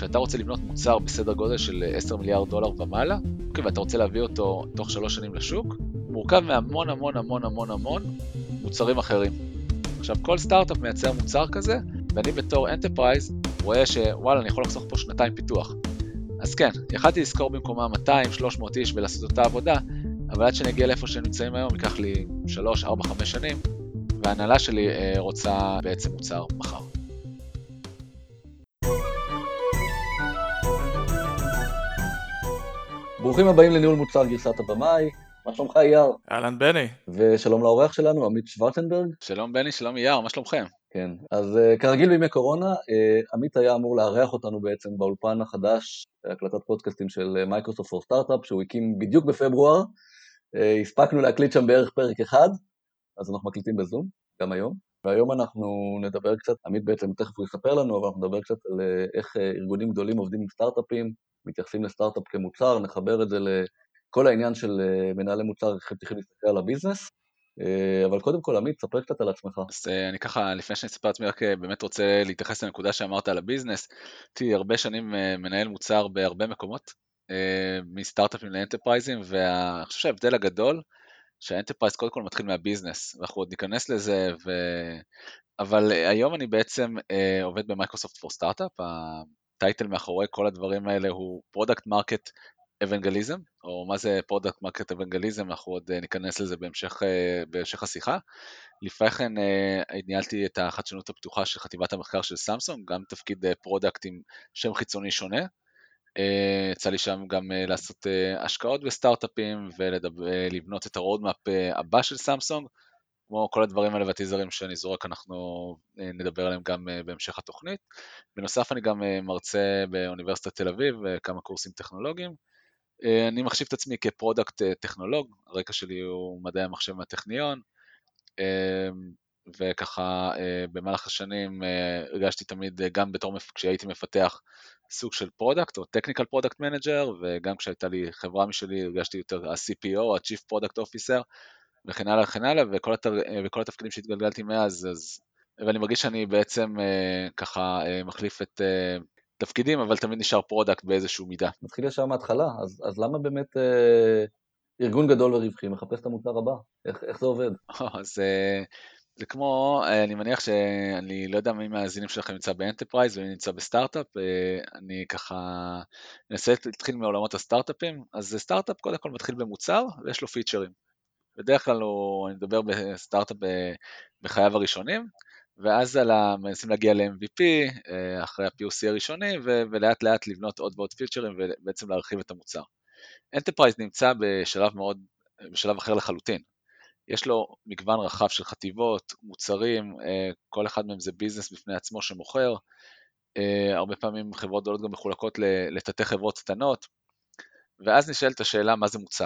כשאתה רוצה לבנות מוצר בסדר גודל של 10 מיליארד דולר ומעלה, ואתה רוצה להביא אותו תוך 3 שנים לשוק, מורכב מהמון המון המון המון המון מוצרים אחרים. עכשיו, כל סטארט-אפ מייצר מוצר כזה, ואני בתור אנטרפרייז רואה שוואלה, אני יכול לחסוך פה 2 פיתוח. אז כן, יכלתי לזכור במקומה 200-300 איש ולעשות אותה עבודה, אבל עד שאני אגיע לאיפה שהם נמצאים היום, ייקח לי 3, 4, 5 שנים, וההנהלה שלי רוצה בעצם מוצר מחר. ברוכים הבאים לניהול מוצר גרסת הבמאי, מה שלומך אייר? אהלן בני. ושלום לאורח שלנו, עמית שוורצנברג. שלום בני, שלום אייר, מה שלומכם? כן, אז כרגיל בימי קורונה, עמית היה אמור לארח אותנו בעצם באולפן החדש, הקלטת פודקאסטים של מייקרוסופט פור סטארט-אפ, שהוא הקים בדיוק בפברואר, הספקנו להקליט שם בערך פרק אחד, אז אנחנו מקליטים בזום, גם היום, והיום אנחנו נדבר קצת, עמית בעצם תכף הוא יספר לנו, אבל אנחנו נדבר קצת על איך ארגונים גדולים עובדים עם סטארט-אפים, מתייחסים לסטארט-אפ כמוצר, נחבר את זה לכל העניין של מנהלי מוצר, איך צריכים להסתכל על הביזנס, אבל קודם כל, עמית, ספר קצת על עצמך. אז אני ככה, לפני שאני אספר עצמי, רק באמת רוצה להתייחס לנקודה שאמרת על הביזנס. הייתי הרבה שנים מנהל מוצר בהרבה מקומות, מסטארט-אפים לאנטרפרייזים, ואני חושב שההבדל הגדול, שהאנטרפרייז קודם כל מתחיל מהביזנס, ואנחנו עוד ניכנס לזה, אבל היום אני בעצם עובד במייקרוסופט פור סטארט-אפ, הטייטל מאחורי כל הדברים האלה הוא פרודקט מרקט אבנגליזם, או מה זה פרודקט מרקט אבנגליזם, אנחנו עוד ניכנס לזה בהמשך השיחה. לפני כן ניהלתי את החדשנות הפתוחה של חטיבת המחקר של סמסונג, גם תפקיד פרודקט עם שם חיצוני שונה, יצא לי שם גם לעשות השקעות בסטארט-אפים ולבנות את הרודמאפ הבא של סמסונג, כמו כל הדברים האלה והטיזרים שאני זורק, אנחנו נדבר עליהם גם בהמשך התוכנית. בנוסף אני גם מרצה באוניברסיטת תל אביב, כמה קורסים טכנולוגיים. אני מחשיב את עצמי כפרודקט טכנולוג, הרקע שלי הוא מדעי המחשב מהטכניון, וככה במהלך השנים הרגשתי תמיד, גם כשהייתי מפתח סוג של פרודקט או טכניקל פרודקט מנג'ר, וגם כשהייתה לי חברה משלי הרגשתי יותר ה-CPO, ה-Chief Product Officer, וכן הלאה וכן הלאה, וכל התפקידים שהתגלגלתי מאז, ואני מרגיש שאני בעצם ככה מחליף את תפקידים, אבל תמיד נשאר פרודקט באיזשהו מידה. נתחיל ישר מההתחלה, אז למה באמת ארגון גדול ורווחי מחפש את המוצר הבא? איך זה עובד? אז זה כמו, אני מניח שאני לא יודע מי מהאזינים שלכם נמצא באנטרפרייז ואני נמצא בסטארט-אפ, אני ככה אנסה להתחיל מעולמות הסטארט-אפים, אז סטארט-אפ קודם כל מתחיל במוצר ויש לו פיצ'רים. בדרך כלל אני מדבר בסטארט-אפ בחייו הראשונים, ואז מנסים להגיע ל-MVP אחרי ה-POC הראשוני, ולאט לאט לבנות עוד ועוד פיצ'רים ובעצם להרחיב את המוצר. אנטרפרייז נמצא בשלב אחר לחלוטין. יש לו מגוון רחב של חטיבות, מוצרים, כל אחד מהם זה ביזנס בפני עצמו שמוכר, הרבה פעמים חברות גדולות גם מחולקות לתתי חברות קטנות, ואז נשאלת השאלה מה זה מוצר.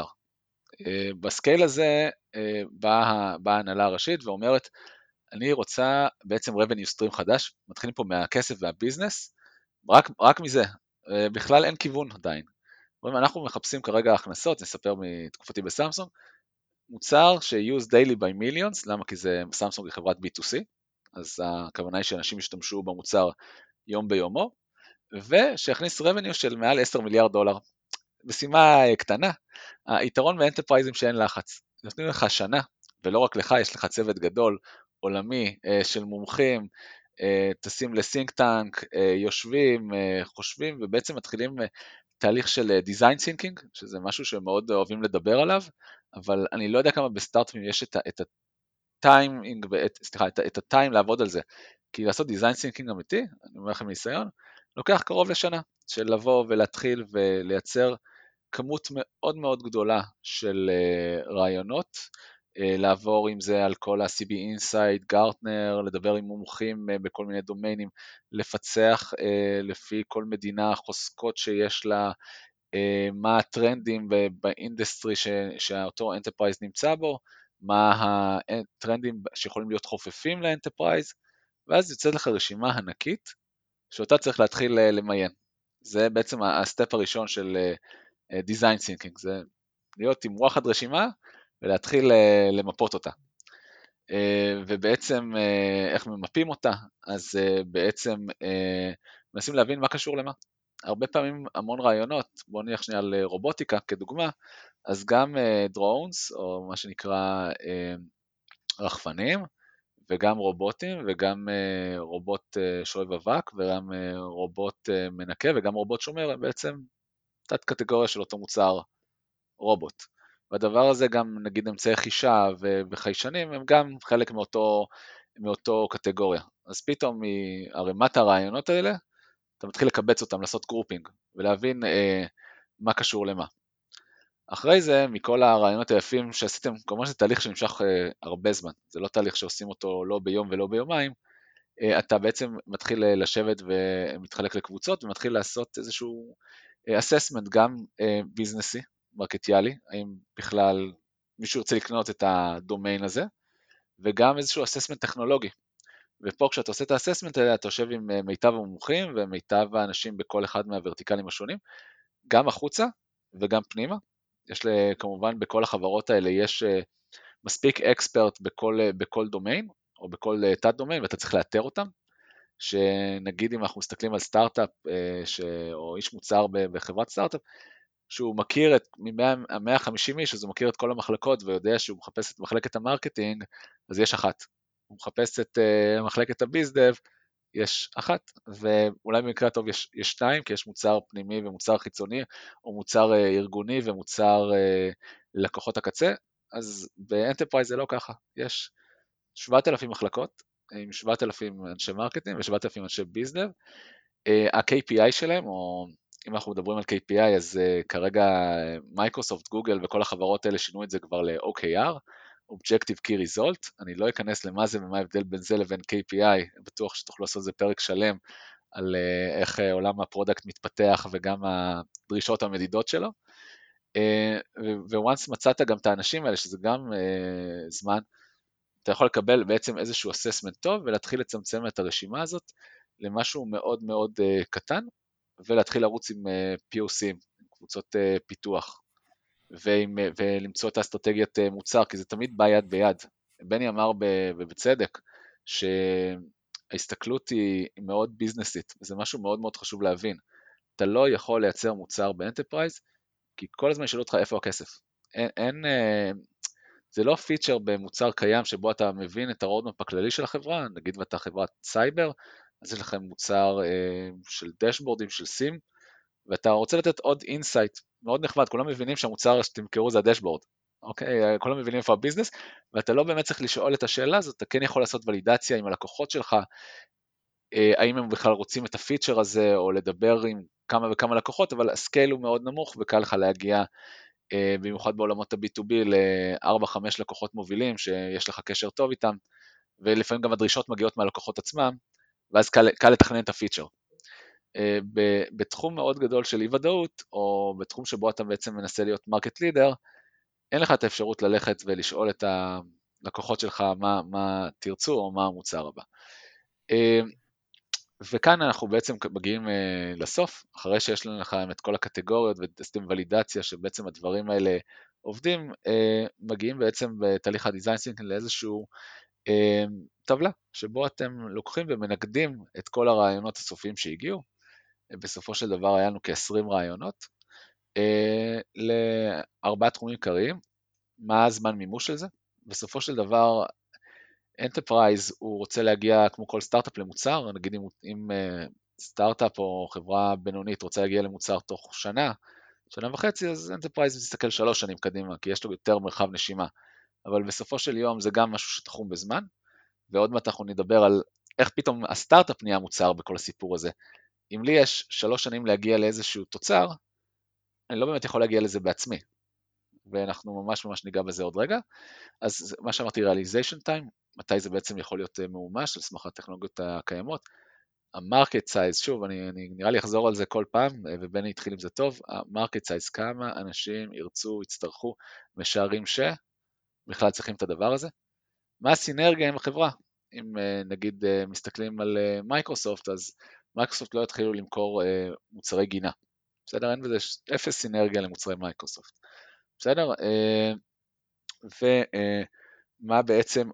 בסקייל הזה באה ההנהלה הראשית ואומרת, אני רוצה בעצם revenue stream חדש, מתחילים פה מהכסף והביזנס, רק מזה, בכלל אין כיוון עדיין. אנחנו מחפשים כרגע הכנסות, נספר מתקופתי בסמסונג, מוצר ש-use daily by millions, למה? כי זה סמסונג היא חברת B2C, אז הכוונה היא שאנשים ישתמשו במוצר יום ביומו, ושיכניס revenue של מעל 10 מיליארד דולר. משימה קטנה, היתרון באנטרפרייזים שאין לחץ, נותנים לך שנה, ולא רק לך, יש לך צוות גדול, עולמי, של מומחים, טסים לסינק טנק, יושבים, חושבים, ובעצם מתחילים תהליך של design thinking, שזה משהו שמאוד אוהבים לדבר עליו, אבל אני לא יודע כמה בסטארט-אפים יש את הטיימינג, את הטיים לעבוד על זה, כי לעשות design thinking אמיתי, אני אומר לכם מניסיון, לוקח קרוב לשנה, של לבוא ולהתחיל ולייצר כמות מאוד מאוד גדולה של רעיונות, לעבור עם זה על כל ה-CB Insight, גרטנר, לדבר עם מומחים בכל מיני דומיינים, לפצח לפי כל מדינה חוזקות שיש לה, מה הטרנדים באינדסטרי שאותו אנטרפרייז נמצא בו, מה הטרנדים שיכולים להיות חופפים לאנטרפרייז, ואז יוצאת לך רשימה ענקית, שאותה צריך להתחיל למיין. זה בעצם הסטפ הראשון של design thinking, זה להיות עם וואחד רשימה, ולהתחיל למפות אותה. ובעצם איך ממפים אותה, אז בעצם מנסים להבין מה קשור למה. הרבה פעמים המון רעיונות, בוא נלך שנייה על רובוטיקה כדוגמה, אז גם drones, או מה שנקרא רחפנים, וגם רובוטים, וגם רובוט שואב אבק, וגם רובוט מנקה, וגם רובוט שומר, הם בעצם תת קטגוריה של אותו מוצר רובוט. והדבר הזה גם, נגיד, אמצעי חישה וחיישנים, הם גם חלק מאותו קטגוריה. אז פתאום מערימת הרעיונות האלה, אתה מתחיל לקבץ אותם, לעשות גרופינג, ולהבין מה קשור למה. אחרי זה, מכל הרעיונות היפים שעשיתם, כמובן זה תהליך שנמשך הרבה זמן, זה לא תהליך שעושים אותו לא ביום ולא ביומיים, אתה בעצם מתחיל לשבת ומתחלק לקבוצות, ומתחיל לעשות איזשהו assessment גם ביזנסי, מרקטיאלי, האם בכלל מישהו ירצה לקנות את הדומיין הזה, וגם איזשהו assessment טכנולוגי. ופה כשאתה עושה את האססמנט האלה, אתה יושב עם מיטב המומחים ומיטב האנשים בכל אחד מהוורטיקלים השונים, גם החוצה וגם פנימה. יש כמובן בכל החברות האלה יש מספיק אקספרט בכל דומיין, או בכל תת דומיין, ואתה צריך לאתר אותם, שנגיד אם אנחנו מסתכלים על סטארט-אפ, או איש מוצר בחברת סטארט-אפ, שהוא מכיר את 150 איש, אז הוא מכיר את כל המחלקות, ויודע שהוא מחפש את מחלקת המרקטינג, אז יש אחת. הוא מחפש את מחלקת הביזדב, יש אחת, ואולי במקרה הטוב יש שתיים, כי יש מוצר פנימי ומוצר חיצוני, או מוצר ארגוני ומוצר לקוחות הקצה, אז באנטרפרייז זה לא ככה, יש 7,000 מחלקות, עם 7,000 אנשי מרקטינג ו7,000 אנשי ביזדב, ה-KPI שלהם, או אם אנחנו מדברים על KPI, אז כרגע מייקרוסופט, גוגל וכל החברות האלה שינו את זה כבר ל-OKR, Objective Key Result, אני לא אכנס למה זה ומה ההבדל בין זה לבין KPI, בטוח שתוכלו לעשות זה פרק שלם, על איך עולם הפרודקט מתפתח וגם הדרישות המדידות שלו, וואנס מצאת גם את האנשים האלה, שזה גם זמן, אתה יכול לקבל בעצם איזשהו assessment טוב, ולהתחיל לצמצם את הרשימה הזאת למשהו מאוד מאוד קטן, ולהתחיל לרוץ עם POCים, עם קבוצות פיתוח, ולמצוא את האסטרטגיית מוצר, כי זה תמיד בא יד ביד. בני אמר ובצדק, שההסתכלות היא מאוד ביזנסית, וזה משהו מאוד מאוד חשוב להבין. אתה לא יכול לייצר מוצר באנטרפרייז, כי כל הזמן ישאלו אותך איפה הכסף. זה לא פיצ'ר במוצר קיים שבו אתה מבין את הרודמפ הכללי של החברה, נגיד ואתה חברת סייבר, אז יש לכם מוצר של דשבורדים, של סים, ואתה רוצה לתת עוד אינסייט, מאוד נחמד, כולם מבינים שהמוצר שתמכרו זה הדשבורד, אוקיי? כולם מבינים איפה הביזנס, ואתה לא באמת צריך לשאול את השאלה הזאת, אתה כן יכול לעשות ולידציה עם הלקוחות שלך, האם הם בכלל רוצים את הפיצ'ר הזה, או לדבר עם כמה וכמה לקוחות, אבל הסקייל הוא מאוד נמוך, וקל לך להגיע, במיוחד בעולמות ה-B2B, ל-4-5 לקוחות מובילים, שיש לך קשר טוב איתם, ולפעמים גם הדרישות מגיעות מהלקוחות עצמם, ואז קל לתכנן את הפיצ'ר. בתחום מאוד גדול של אי-ודאות, או בתחום שבו אתה בעצם מנסה להיות מרקט לידר, אין לך את האפשרות ללכת ולשאול את הלקוחות שלך מה תרצו, או מה המוצר הבא. וכאן אנחנו בעצם מגיעים לסוף, אחרי שיש לכם את כל הקטגוריות ועשיתם ולידציה שבעצם הדברים האלה עובדים, מגיעים בעצם בתהליך הדיזיין תינקינג לאיזשהו טבלה, שבו אתם לוקחים ומנגדים את כל הרעיונות הסופיים שהגיעו, בסופו של דבר היה לנו כ-20 רעיונות, ל4 תחומים עיקריים, מה הזמן מימוש של זה, בסופו של דבר אנטרפרייז הוא רוצה להגיע כמו כל סטארט-אפ למוצר, נגיד אם סטארט-אפ או חברה בינונית רוצה להגיע למוצר תוך שנה, שנה וחצי, אז אנטרפרייז מסתכל 3 שנים קדימה, כי יש לו יותר מרחב נשימה, אבל בסופו של יום זה גם משהו שתחום בזמן, ועוד מעט אנחנו נדבר על איך פתאום הסטארט-אפ נהיה מוצר בכל הסיפור הזה. אם לי יש 3 שנים להגיע לאיזשהו תוצר, אני לא באמת יכול להגיע לזה בעצמי, ואנחנו ממש ממש ניגע בזה עוד רגע. אז מה שאמרתי, realization time, מתי זה בעצם יכול להיות ממומש על סמך הטכנולוגיות הקיימות. המרקט סייז, שוב, אני נראה לי אחזור על זה כל פעם, ובני התחיל עם זה טוב, המרקט סייז, כמה אנשים ירצו, יצטרכו, משערים שבכלל צריכים את הדבר הזה. מה הסינרגיה עם החברה? אם נגיד מסתכלים על מייקרוסופט, אז מייקרוסופט לא יתחילו למכור מוצרי גינה. בסדר? אין בזה אפס סינרגיה למוצרי מייקרוסופט. בסדר? ומה בעצם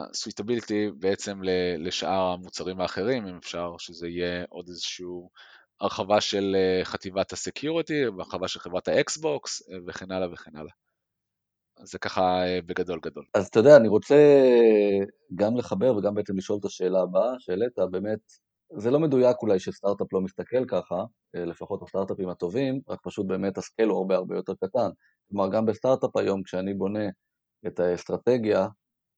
ה-suitability בעצם לשאר המוצרים האחרים, אם אפשר שזה יהיה עוד איזשהו הרחבה של חטיבת הסקיוריטי, הרחבה של חברת האקסבוקס, וכן הלאה וכן הלאה. אז זה ככה בגדול גדול. אז אתה יודע, אני רוצה גם לחבר וגם בעצם לשאול את השאלה הבאה, שהעלית, באמת, זה לא מדויק אולי שסטארט-אפ לא מסתכל ככה, לפחות הסטארט-אפים הטובים, רק פשוט באמת הסקייל הוא הרבה יותר קטן. כלומר, גם בסטארט-אפ היום, כשאני בונה את האסטרטגיה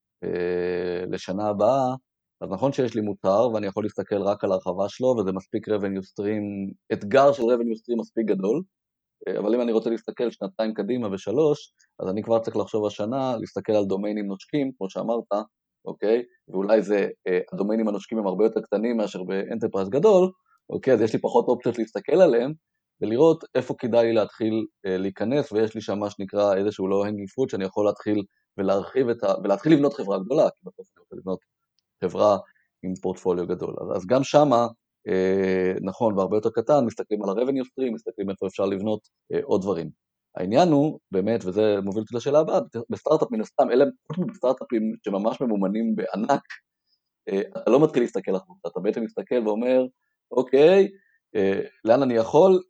לשנה הבאה, אז נכון שיש לי מוצר, ואני יכול להסתכל רק על הרחבה שלו, וזה מספיק revenue stream, אתגר של revenue stream מספיק גדול, אבל אם אני רוצה להסתכל שנתיים קדימה ושלוש, אז אני כבר צריך לחשוב השנה, להסתכל על דומיינים נושקים, כמו שאמרת, אוקיי? ואולי זה, הדומיינים הנושקים הם הרבה יותר קטנים מאשר באנטרפרייז גדול, אוקיי? אז יש לי פחות אופציות להסתכל עליהם, ולראות איפה כדאי להתחיל להיכנס, ויש לי שם מה שנקרא איזשהו לא hanging fruit, שאני יכול להתחיל ולהרחיב ולהתחיל לבנות חברה גדולה, כי בסוף אני רוצה לבנות חברה עם פורטפוליו גדול. אז גם שמה, נכון, והרבה יותר קטן, מסתכלים על ה-revenue stream, מסתכלים איפה אפשר לבנות עוד דברים. העניין הוא, באמת, וזה מוביל אותי לשאלה הבאה, בסטארט-אפ מן הסתם, אלה בסטארט-אפים שממש ממומנים בענק, אתה לא מתחיל להסתכל החוצה, אתה בעצם מסתכל ואומר, אוקיי, לאן אני יכול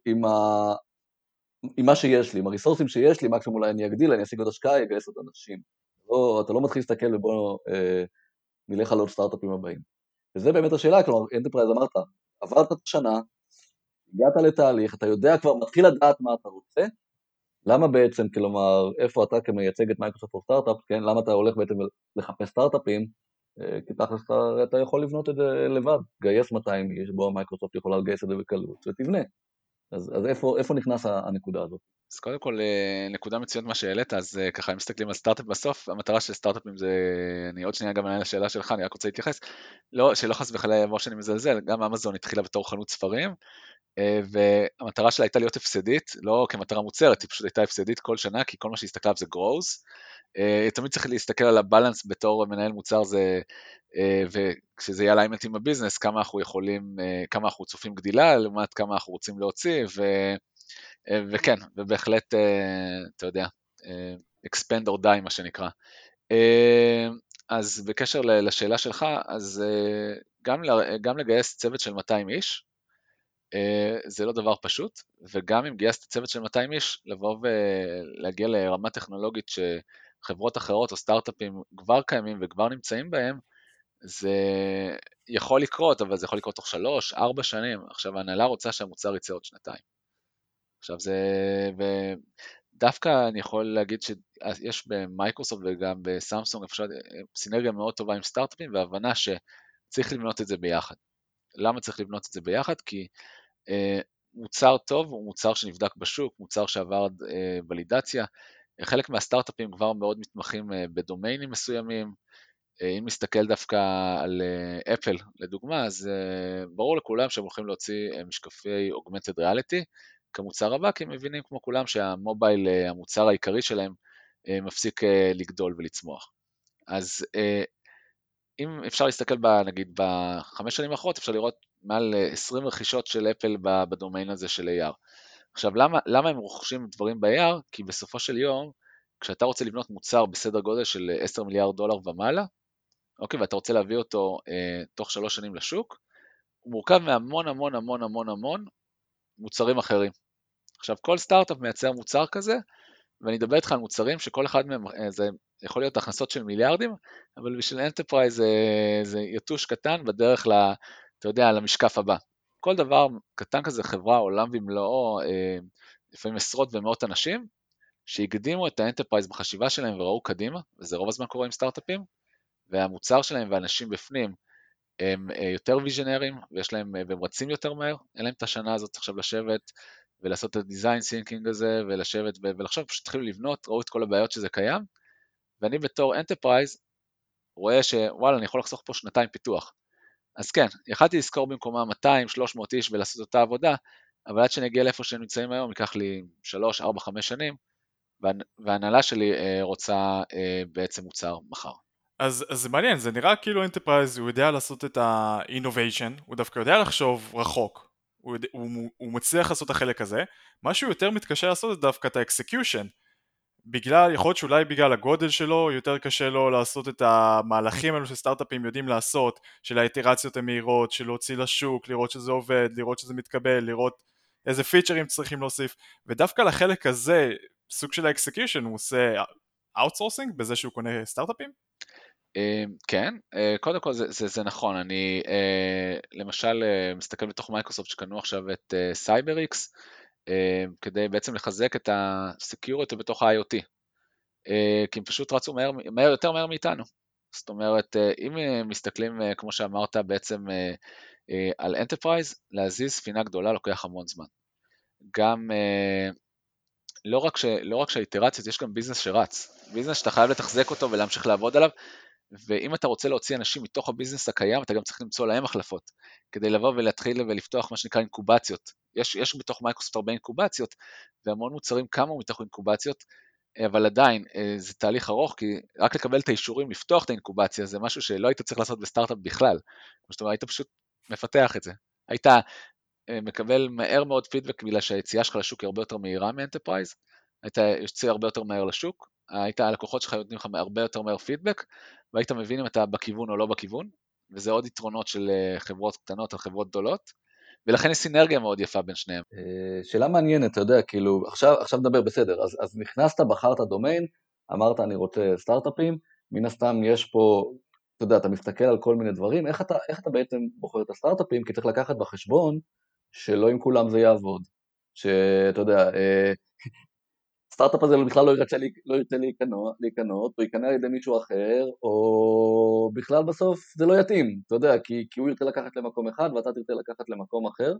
עם מה שיש לי, עם הריסורסים שיש לי, מקסימום אולי אני אגדיל, אני אשיג עוד השקעה, אגייס עוד אנשים. אתה לא מתחיל להסתכל ובוא נלך על עוד סטארט-אפים הבאים. וזה באמת השאלה, כלומר, אנטרפרייז אמרת, עברת את השנה, הגעת לתהליך, אתה יודע כבר, מתחיל לדעת מה אתה רוצה, למה בעצם, כלומר, איפה אתה כמייצג את מייקרוסופט או סטארט-אפ, כן, למה אתה הולך בעצם לחפש סטארט-אפים, כי תכלס אתה יכול לבנות את זה לבד, גייס 200 איש, בו מייקרוסופט יכולה לגייס את זה בקלות, ותבנה. אז איפה נכנס הנקודה הזאת? אז קודם כל, נקודה מצוינת מה שהעלית, אז ככה, אם מסתכלים על סטארט-אפ בסוף, המטרה של סטארט-אפים זה, אני עוד שנייה גם אענה לשאלה שלך, אני רק רוצה להתייחס, לא, שלא חס וחלילה יבוא שאני מזלזל, גם אמזון התחילה בתור חנות ספרים, והמטרה שלה הייתה להיות הפסדית, לא כמטרה מוצרת, היא פשוט הייתה הפסדית כל שנה, כי כל מה שהסתכלה זה growth, תמיד צריך להסתכל על הבלנס בתור מנהל מוצר, וכשזה יהיה אליימנט עם הביזנס, כמה אנחנו יכולים, כמה אנחנו צופים גדילה, לעומת כמה אנחנו רוצים להוציא, וכן, ובהחלט, אתה יודע, expand or die, מה שנקרא. אז בקשר לשאלה שלך, אז גם לגייס צוות של 200 איש, זה לא דבר פשוט, וגם אם גייסת צוות של 200 איש, לבוא ולהגיע לרמה טכנולוגית שחברות אחרות או סטארט-אפים כבר קיימים וכבר נמצאים בהם, זה יכול לקרות, אבל זה יכול לקרות תוך 3-4 שנים. עכשיו, ההנהלה רוצה שהמוצר יצא עוד 2 שנתיים. עכשיו ודווקא אני יכול להגיד שיש במייקרוסופט וגם בסמסונג סינרגיה מאוד טובה עם סטארט-אפים, והבנה שצריך לבנות את זה ביחד. למה צריך לבנות את זה ביחד? כי מוצר טוב הוא מוצר שנבדק בשוק, מוצר שעבר ולידציה, חלק מהסטארט-אפים כבר מאוד מתמחים בדומיינים מסוימים, אם נסתכל דווקא על אפל לדוגמה, אז ברור לכולם שהם הולכים להוציא משקפי Augmented Reality כמוצר הבא, כי הם מבינים כמו כולם שהמובייל, המוצר העיקרי שלהם, מפסיק לגדול ולצמוח. אז אם אפשר להסתכל נגיד ב5 שנים האחרונות, אפשר לראות מעל 20 רכישות של אפל בדומיין הזה של AR. עכשיו, למה הם רוכשים דברים ב-AR? כי בסופו של יום, כשאתה רוצה לבנות מוצר בסדר גודל של $10 מיליארד ומעלה, אוקיי, ואתה רוצה להביא אותו תוך 3 שנים לשוק, הוא מורכב מהמון המון המון המון המון מוצרים אחרים. עכשיו, כל סטארט-אפ מייצר מוצר כזה, ואני אדבר איתך על מוצרים שכל אחד מהם, זה יכול להיות הכנסות של מיליארדים, אבל בשביל אנטרפרייז זה יתוש קטן בדרך אתה יודע, למשקף הבא. כל דבר קטן כזה, חברה, עולם ומלואו, לפעמים עשרות ומאות אנשים, שהקדימו את האנטרפרייז בחשיבה שלהם וראו קדימה, וזה רוב הזמן קורה עם סטארט-אפים, והמוצר שלהם ואנשים בפנים הם יותר ויז'נרים, והם רצים יותר מהר, אין להם את השנה הזאת עכשיו לשבת ולעשות את הדיזיין סינקינג הזה, ולשבת ולחשוב, פשוט התחילו לבנות, ראו את כל הבעיות שזה קיים, ואני בתור אנטרפרייז רואה שוואלה, אני יכול לחסוך פה 2 פיתוח. אז כן, יכלתי לזכור במקומה 200-300 איש ולעשות אותה עבודה, אבל עד שנגיע לאיפה שהם נמצאים היום, ייקח לי 3, 4, 5 שנים, וההנהלה שלי רוצה בעצם מוצר מחר. אז זה מעניין, זה נראה כאילו אנטרפרייז הוא יודע לעשות את ה-innovation, הוא דווקא יודע לחשוב רחוק, הוא מצליח לעשות את החלק הזה, משהו יותר מתקשה לעשות זה דווקא את ה-execution, יכול להיות שאולי בגלל הגודל שלו, יותר קשה לו לעשות את המהלכים האלו שסטארט-אפים יודעים לעשות, של האיטרציות המהירות, של להוציא לשוק, לראות שזה עובד, לראות שזה מתקבל, לראות איזה פיצ'רים צריכים להוסיף, ודווקא לחלק הזה, סוג של האקסקיושן, הוא עושה אאוטסורסינג בזה שהוא קונה סטארט-אפים? כן, קודם כל זה נכון, אני למשל מסתכל בתוך מייקרוסופט שקנו עכשיו את סייבריקס, כדי בעצם לחזק את ה-security בתוך ה-IoT, כי הם פשוט רצו יותר מהר מאיתנו. זאת אומרת, אם מסתכלים, כמו שאמרת, בעצם על Enterprise, להזיז ספינה גדולה לוקח המון זמן. גם, לא רק שהאיטרציות, יש גם ביזנס שרץ, ביזנס שאתה חייב לתחזק אותו ולהמשיך לעבוד עליו, ואם אתה רוצה להוציא אנשים מתוך הביזנס הקיים, אתה גם צריך למצוא להם החלפות, כדי לבוא ולהתחיל ולפתוח מה שנקרא אינקובציות. יש בתוך מייקרוסופט הרבה אינקובציות, והמון מוצרים קמו מתוך אינקובציות, אבל עדיין זה תהליך ארוך, כי רק לקבל את האישורים לפתוח את האינקובציה, זה משהו שלא היית צריך לעשות בסטארט-אפ בכלל. זאת אומרת, היית פשוט מפתח את זה. היית מקבל מהר מאוד פידבק, בגלל שהיציאה שלך לשוק היא הרבה יותר מהירה מאנטרפרייז, היית יוצא הרבה יותר מהר לשוק, הלקוחות שלך נותנים לך הרבה יותר מהר פידבק, והיית מבין אם אתה בכיוון או לא בכיוון, וזה עוד יתרונות של חברות קטנות על חברות גדולות, ולכן יש סינרגיה מאוד יפה בין שניהם. שאלה מעניינת, אתה יודע, כאילו, עכשיו נדבר בסדר, אז נכנסת, בחרת דומיין, אמרת אני רוצה סטארט-אפים, מן הסתם יש פה, אתה יודע, אתה מסתכל על כל מיני דברים, איך אתה בעצם בוחר את הסטארט-אפים, כי צריך לקחת בחשבון שלא עם כולם זה יעבוד, שאתה יודע, הסטארט-אפ הזה בכלל לא ירצה להיכנות, או ייכנע על ידי מישהו אחר, או בכלל בסוף זה לא יתאים, אתה יודע, כי הוא ירצה לקחת למקום אחד, ואתה תרצה לקחת למקום אחר.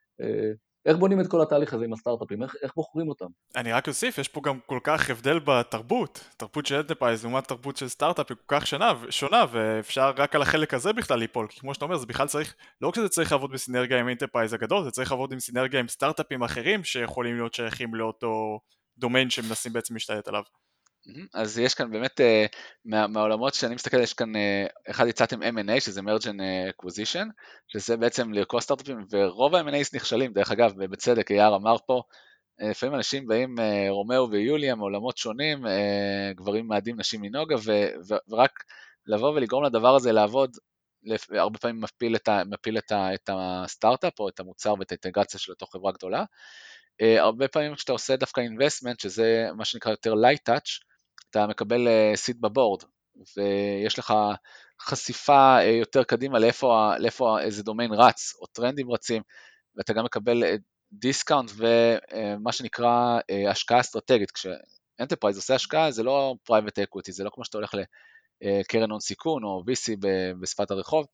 איך בונים את כל התהליך הזה עם הסטארט-אפים? איך בוחרים אותם? אני רק אוסיף, יש פה גם כל כך הבדל בתרבות, תרבות של אנטרפרייז לעומת תרבות של סטארט-אפ היא כל כך שונה, ואפשר רק על החלק הזה בכלל ליפול, כי כמו שאתה אומר, זה בכלל צריך, לא רק שזה צריך לעבוד בסינרגיה עם אנטרפרייז הגדול, זה צריך לעבוד עם סינרגיה עם סטארט-אפים אחרים שיכולים להיות שייכים לאותו דומיין שמנסים בעצם להשתלט עליו. אז יש כאן באמת, מהעולמות שאני מסתכל, יש כאן, אחד יצאתם M&A, שזה Merge and Acquisition, שזה בעצם לרכוש סטארט-אפים, ורוב ה-M&As נכשלים, דרך אגב, ובצדק, אייר אמר פה, לפעמים אנשים באים, רומאו ויוליה, מעולמות שונים, גברים מאדים, נשים מנוגה, ורק לבוא ולגרום לדבר הזה לעבוד, הרבה פעמים מפיל את הסטארט-אפ, או את המוצר ואת האינטגרציה של אותו חברה גדולה. הרבה פעמים כשאתה עושה דווקא investment, שזה מה שנקרא יותר light touch, אתה מקבל סיט בבורד, ויש לך חשיפה יותר קדימה לאיפה איזה דומיין רץ, או טרנדים רצים, ואתה גם מקבל דיסקאונט ומה שנקרא השקעה אסטרטגית. כשאנטרפרייז עושה השקעה, זה לא פרייבט אקוויטי, זה לא כמו שאתה הולך לקרן הון סיכון, או VC בשפת הרחוב,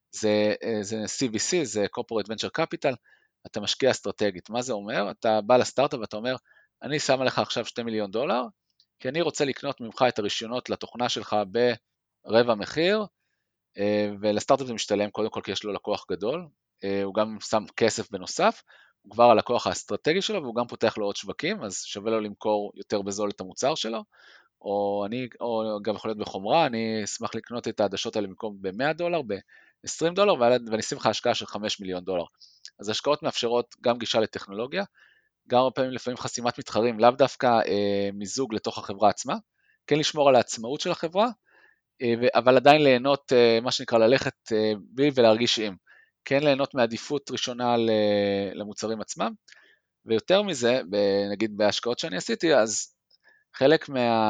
זה CVC, זה Corporate Venture Capital, אתה משקיע אסטרטגית. מה זה אומר? אתה בא לסטארט-אפ ואתה אומר, אני שם לך עכשיו $2 מיליון, כי אני רוצה לקנות ממך את הרישיונות לתוכנה שלך ברבע מחיר, ולסטארט-אפ זה משתלם קודם כל כי יש לו לקוח גדול, הוא גם שם כסף בנוסף, הוא כבר הלקוח האסטרטגי שלו, והוא גם פותח לו עוד שווקים, אז שווה לו למכור יותר בזול את המוצר שלו, או גם יכול להיות בחומרה, אני אשמח לקנות את העדשות האלה במקום $100, $20, ואני אשים לך השקעה של $5 מיליון. אז השקעות מאפשרות גם גישה לטכנולוגיה, גם הרבה פעמים לפעמים חסימת מתחרים, לאו דווקא מיזוג לתוך החברה עצמה, כן לשמור על העצמאות של החברה, אבל עדיין ליהנות, מה שנקרא, ללכת בלי ולהרגיש עם, כן ליהנות מעדיפות ראשונה למוצרים עצמם, ויותר מזה, נגיד בהשקעות שאני עשיתי, אז חלק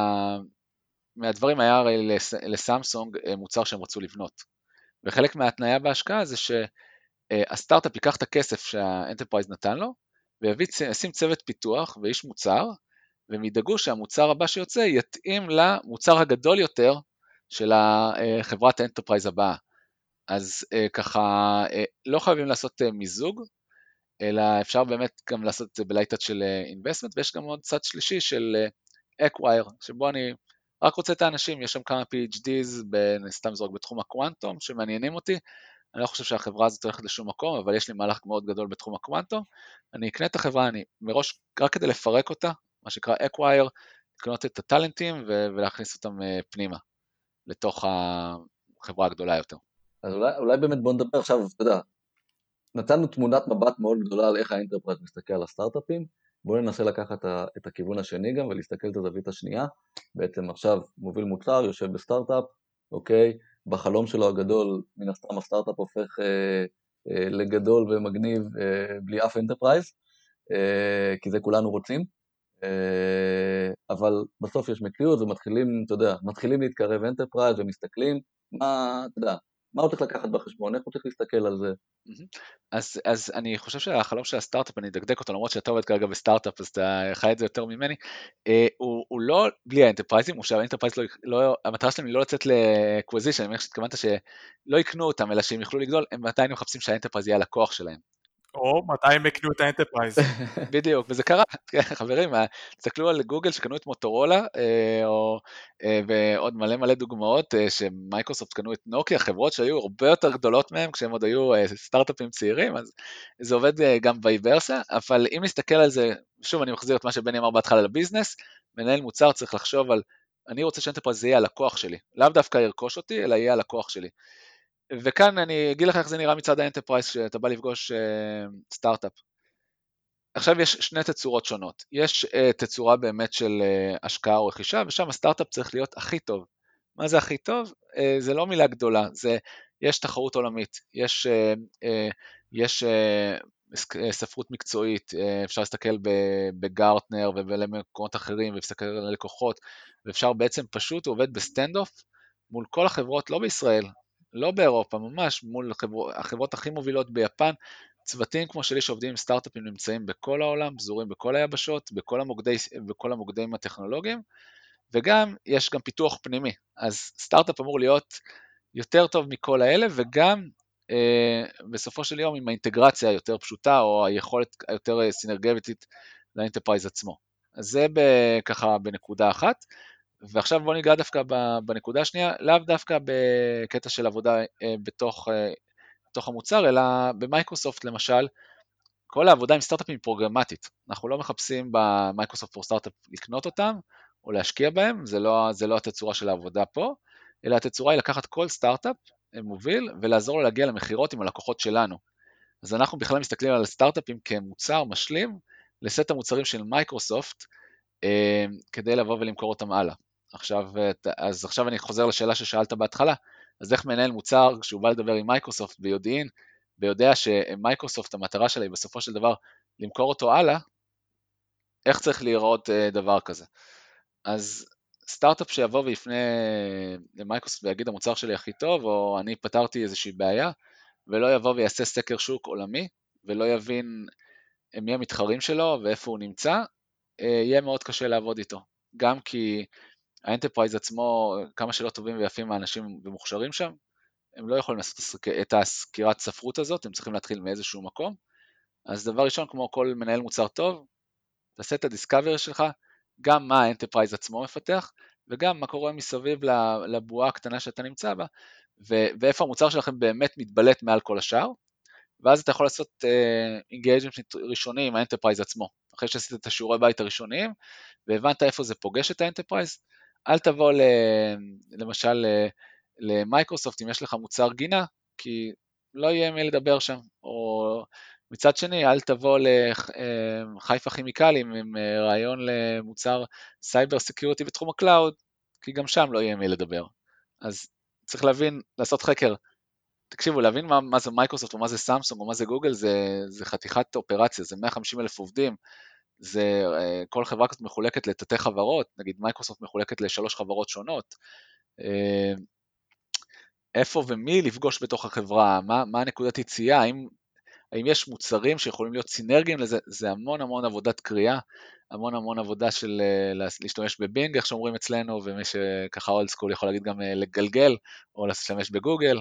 מהדברים היה הרי לסמסונג מוצר שהם רצו לבנות, וחלק מההתניה בהשקעה זה שהסטארט-אפ ייקח את הכסף שהאנטרפרייז נתן לו, וישים צוות פיתוח ואיש מוצר, והם ידאגו שהמוצר הבא שיוצא יתאים למוצר הגדול יותר של חברת האנטרפרייז הבאה. אז ככה לא חייבים לעשות מיזוג, אלא אפשר באמת גם לעשות את זה בלייטת של investment, ויש גם עוד צד שלישי של acquire, שבו אני רק רוצה את האנשים, יש שם כמה PhDs, סתם זורק בתחום הקוונטום, שמעניינים אותי, אני לא חושב שהחברה הזאת הולכת לשום מקום, אבל יש לי מהלך מאוד גדול בתחום הקוונטום, אני אקנה את החברה, אני מראש, רק כדי לפרק אותה, מה שנקרא acquire, לקנות את הטלנטים ולהכניס אותם פנימה, לתוך החברה הגדולה יותר. אז אולי באמת בוא נדבר עכשיו, אתה יודע, נתנו תמונת מבט מאוד גדולה על איך האנטרפרייז מסתכל על הסטארט-אפים, בואו ננסה לקחת את הכיוון השני גם ולהסתכל את הזווית השנייה. בעצם עכשיו מוביל מוצר, יושב בסטארט-אפ, אוקיי? בחלום שלו הגדול, מן הסתם הסטארט-אפ הופך לגדול ומגניב בלי אף אנטרפרייז, כי זה כולנו רוצים. אבל בסוף יש מקריות ומתחילים, אתה יודע, מתחילים להתקרב אנטרפרייז ומסתכלים, אתה יודע, מה הוא צריך לקחת בחשבון, איך הוא צריך להסתכל על זה. אז אני חושב שהחלום של הסטארט-אפ, אני אדקדק אותו, למרות שאתה עובד כרגע בסטארט-אפ, אז אתה חי את זה יותר ממני, הוא לא בלי האנטרפרייזים, הוא שהאנטרפרייז המטרה שלהם היא לא לצאת לאקוויזישן, אני מניח שהתכוונת שלא יקנו אותם, אלא שהם יוכלו לגדול, הם עדיין מחפשים שהאנטרפרייז יהיה הלקוח שלהם. או מתי הם יקנו את האנטרפרייז. בדיוק, וזה קרה, חברים, תסתכלו על גוגל שקנו את מוטורולה, ועוד מלא דוגמאות, שמייקרוסופט קנו את נוקיה, חברות שהיו הרבה יותר גדולות מהם, כשהם עוד היו סטארט-אפים צעירים, אז זה עובד גם וייברסה, אבל אם נסתכל על זה, שוב אני מחזיר את מה שבני אמר בהתחלה לביזנס, מנהל מוצר צריך לחשוב על, אני רוצה שאנטרפרייז יהיה הלקוח שלי, לאו דווקא ירכוש אותי, אלא יהיה הלקוח שלי. וכאן אני אגיד לך איך זה נראה מצד האנטרפרייז, שאתה בא לפגוש סטארט-אפ. עכשיו יש שני תצורות שונות, יש תצורה באמת של השקעה או רכישה, ושם הסטארט-אפ צריך להיות הכי טוב. מה זה הכי טוב? זה לא מילה גדולה, יש תחרות עולמית, יש ספרות מקצועית, אפשר להסתכל בגארטנר ובמקומות אחרים, ולהסתכל על לקוחות, ואפשר בעצם פשוט, הוא עובד בסטנד-אוף מול כל החברות, לא בישראל, לא באירופה, ממש מול החברות הכי מובילות ביפן, צוותים כמו שלי שעובדים עם סטארט-אפים נמצאים בכל העולם, פזורים בכל היבשות, בכל המוקדים הטכנולוגיים, וגם יש גם פיתוח פנימי, אז סטארט-אפ אמור להיות יותר טוב מכל האלה, וגם בסופו של יום עם האינטגרציה היותר פשוטה, או היכולת היותר סינרגטית לאנטרפרייז עצמו. אז זה ככה בנקודה אחת, ועכשיו בוא ניגע דווקא בנקודה השנייה, לאו דווקא בקטע של עבודה בתוך המוצר, אלא במייקרוסופט למשל, כל העבודה עם סטארט-אפים היא פרוגרמטית. אנחנו לא מחפשים במייקרוסופט פור סטארט-אפ לקנות אותם, או להשקיע בהם, זה לא התצורה של העבודה פה, אלא התצורה היא לקחת כל סטארט-אפ מוביל, ולעזור לו להגיע למחירות עם הלקוחות שלנו. אז אנחנו בכלל מסתכלים על סטארט-אפים כמוצר משלים, לסט המוצרים של מייקרוסופט, כדי לבוא ולמכור אותם הלאה. אז עכשיו אני חוזר לשאלה ששאלת בהתחלה, אז איך מנהל מוצר כשהוא בא לדבר עם מייקרוסופט ביודעין, ויודע שמייקרוסופט המטרה שלה היא בסופו של דבר למכור אותו הלאה, איך צריך להיראות דבר כזה. אז סטארט-אפ שיבוא ויפנה למייקרוסופט ויגיד המוצר שלי הכי טוב, או אני פתרתי איזושהי בעיה, ולא יבוא ויעשה סקר שוק עולמי, ולא יבין מי המתחרים שלו ואיפה הוא נמצא, יהיה מאוד קשה לעבוד איתו. גם כי האנטרפרייז עצמו, כמה שלא טובים ויפים האנשים ומוכשרים שם, הם לא יכולים לעשות את הסקירת ספרות הזאת, הם צריכים להתחיל מאיזשהו מקום. אז דבר ראשון, כמו כל מנהל מוצר טוב, תעשה את הדיסקאברי שלך, גם מה האנטרפרייז עצמו מפתח, וגם מה קורה מסביב לבועה הקטנה שאתה נמצא בה, ואיפה המוצר שלכם באמת מתבלט מעל כל השאר, ואז אתה יכול לעשות engagement ראשוני עם האנטרפרייז עצמו. אחרי שעשית את השיעורי בית הראשוניים, והבנת איפה זה פוגש את האנטרפרייז, אל תבוא למשל למייקרוסופט אם יש לך מוצר גינה, כי לא יהיה מי לדבר שם, או מצד שני אל תבוא לחיפה כימיקלים עם רעיון למוצר סייבר סקיוריטי בתחום הקלאוד, כי גם שם לא יהיה מי לדבר. אז צריך להבין, לעשות חקר, תקשיבו, להבין מה זה מייקרוסופט או מה זה סמסונג או מה זה גוגל, זה חתיכת אופרציה, זה 150,000 עובדים, כל חברה כזאת מחולקת לתתי חברות, נגיד מייקרוסופט מחולקת ל3 חברות שונות, איפה ומי לפגוש בתוך החברה, מה הנקודת יציאה, האם יש מוצרים שיכולים להיות סינרגיים לזה, זה המון עבודת קריאה, המון עבודה של להשתמש בבינג, איך שאומרים אצלנו, ומי שככה אולד סקול יכול להגיד גם לגלגל, או להשתמש בגוגל,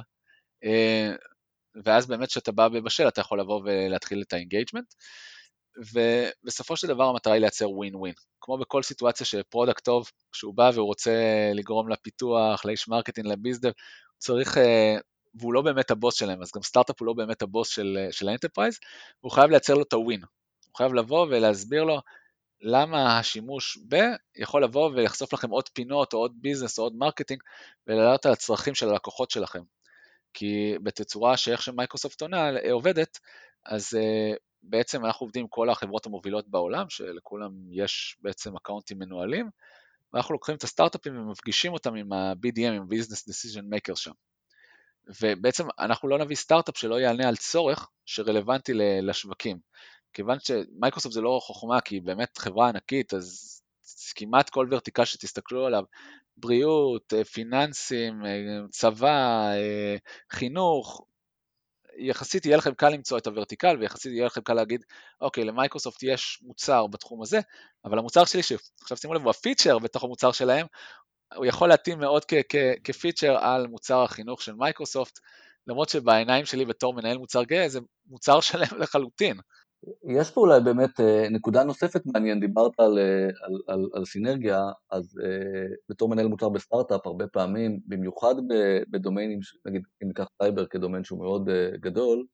ואז באמת שאתה בא בבשל, אתה יכול לבוא ולהתחיל את האינגייג'מנט, ובסופו של דבר המטרה היא לייצר ווין ווין, כמו בכל סיטואציה שפרודקט טוב, כשהוא בא והוא רוצה לגרום לפיתוח, לאיש מרקטינג, לביזדב, הוא צריך, והוא לא באמת הבוס שלהם, אז גם סטארט-אפ הוא לא באמת הבוס של האנטרפרייז, הוא חייב לייצר לו את הווין, הוא חייב לבוא ולהסביר לו למה השימוש יכול לבוא ולחשוף לכם עוד פינות או עוד ביזנס או עוד מרקטינג, ולעלות על הצרכים של הלקוחות שלכם. כי בתצורה שאיך שמייקרוסופט עובדת, אז בעצם אנחנו עובדים עם כל החברות המובילות בעולם, שלכולם יש בעצם אקאונטים מנוהלים, ואנחנו לוקחים את הסטארט-אפים ומפגישים אותם עם ה-BDM, עם Business Decision Maker שם. ובעצם אנחנו לא נביא סטארט-אפ שלא יענה על צורך שרלוונטי לשווקים. כיוון שמייקרוסופט זה לא חוכמה, כי היא באמת חברה ענקית, אז כמעט כל ורטיקל שתסתכלו עליו, בריאות, פיננסים, צבא, חינוך, יחסית יהיה לכם קל למצוא את הוורטיקל, ויחסית יהיה לכם קל להגיד, אוקיי, למייקרוסופט יש מוצר בתחום הזה, אבל המוצר שלי, עכשיו שימו לב, הוא הפיצ'ר בתוך המוצר שלהם, הוא יכול להתאים מאוד כפיצ'ר על מוצר החינוך של מייקרוסופט, למרות שבעיניים שלי בתור מנהל מוצר גאה, זה מוצר שלם לחלוטין. יש פה אולי באמת נקודה נוספת מעניין, דיברת על סינרגיה, אז בתור מנהל מוצר בסטארט-אפ, הרבה פעמים, במיוחד בדומיינים, נגיד אם ניקח סייבר כדומיין שהוא מאוד גדול,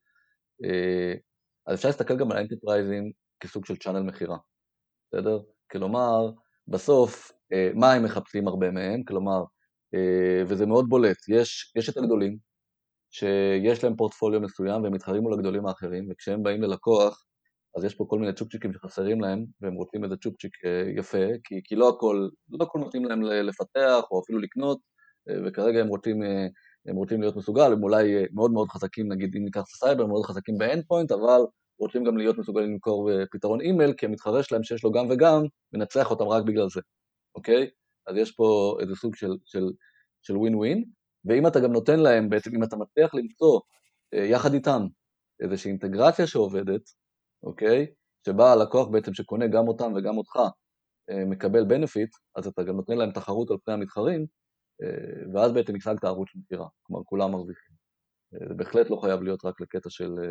אז אפשר להסתכל גם על האנטרפרייזים כסוג של צ'אנל מחירה, בסדר? כלומר, בסוף, מה הם מחפשים הרבה מהם? כלומר, וזה מאוד בולט, יש את הגדולים, שיש להם פורטפוליו מסוים, והם מתחרים מול הגדולים האחרים, וכשהם באים ללקוח, אז יש פה כל מיני צ'ופצ'יקים שחסרים להם, והם רוצים איזה צ'ופצ'יק יפה, כי לא הכל מתאים להם לפתח, או אפילו לקנות, וכרגע הם רוצים להיות מסוגל, הם אולי מאוד מאוד חזקים, נגיד אם ניקח סייבר, מאוד חזקים באנד פוינט, אבל רוצים גם להיות מסוגלים למכור פתרון אימייל, כי המתחרה שלהם שיש לו גם וגם, מנצח אותם רק בגלל זה, אוקיי? אז יש פה איזה סוג של ווין ווין, ואם אתה גם נותן להם, בעצם אם אתה מצליח למצוא יחד איתם איזושהי אינטגרציה שעובדת, אוקיי? שבה הלקוח בעצם שקונה גם אותם וגם אותך מקבל בנפיט, אז אתה גם נותן להם תחרות על פני המתחרים, ואז בעצם השגת ערוץ מכירה, כלומר כולם מרוויחים. זה בהחלט לא חייב להיות רק לקטע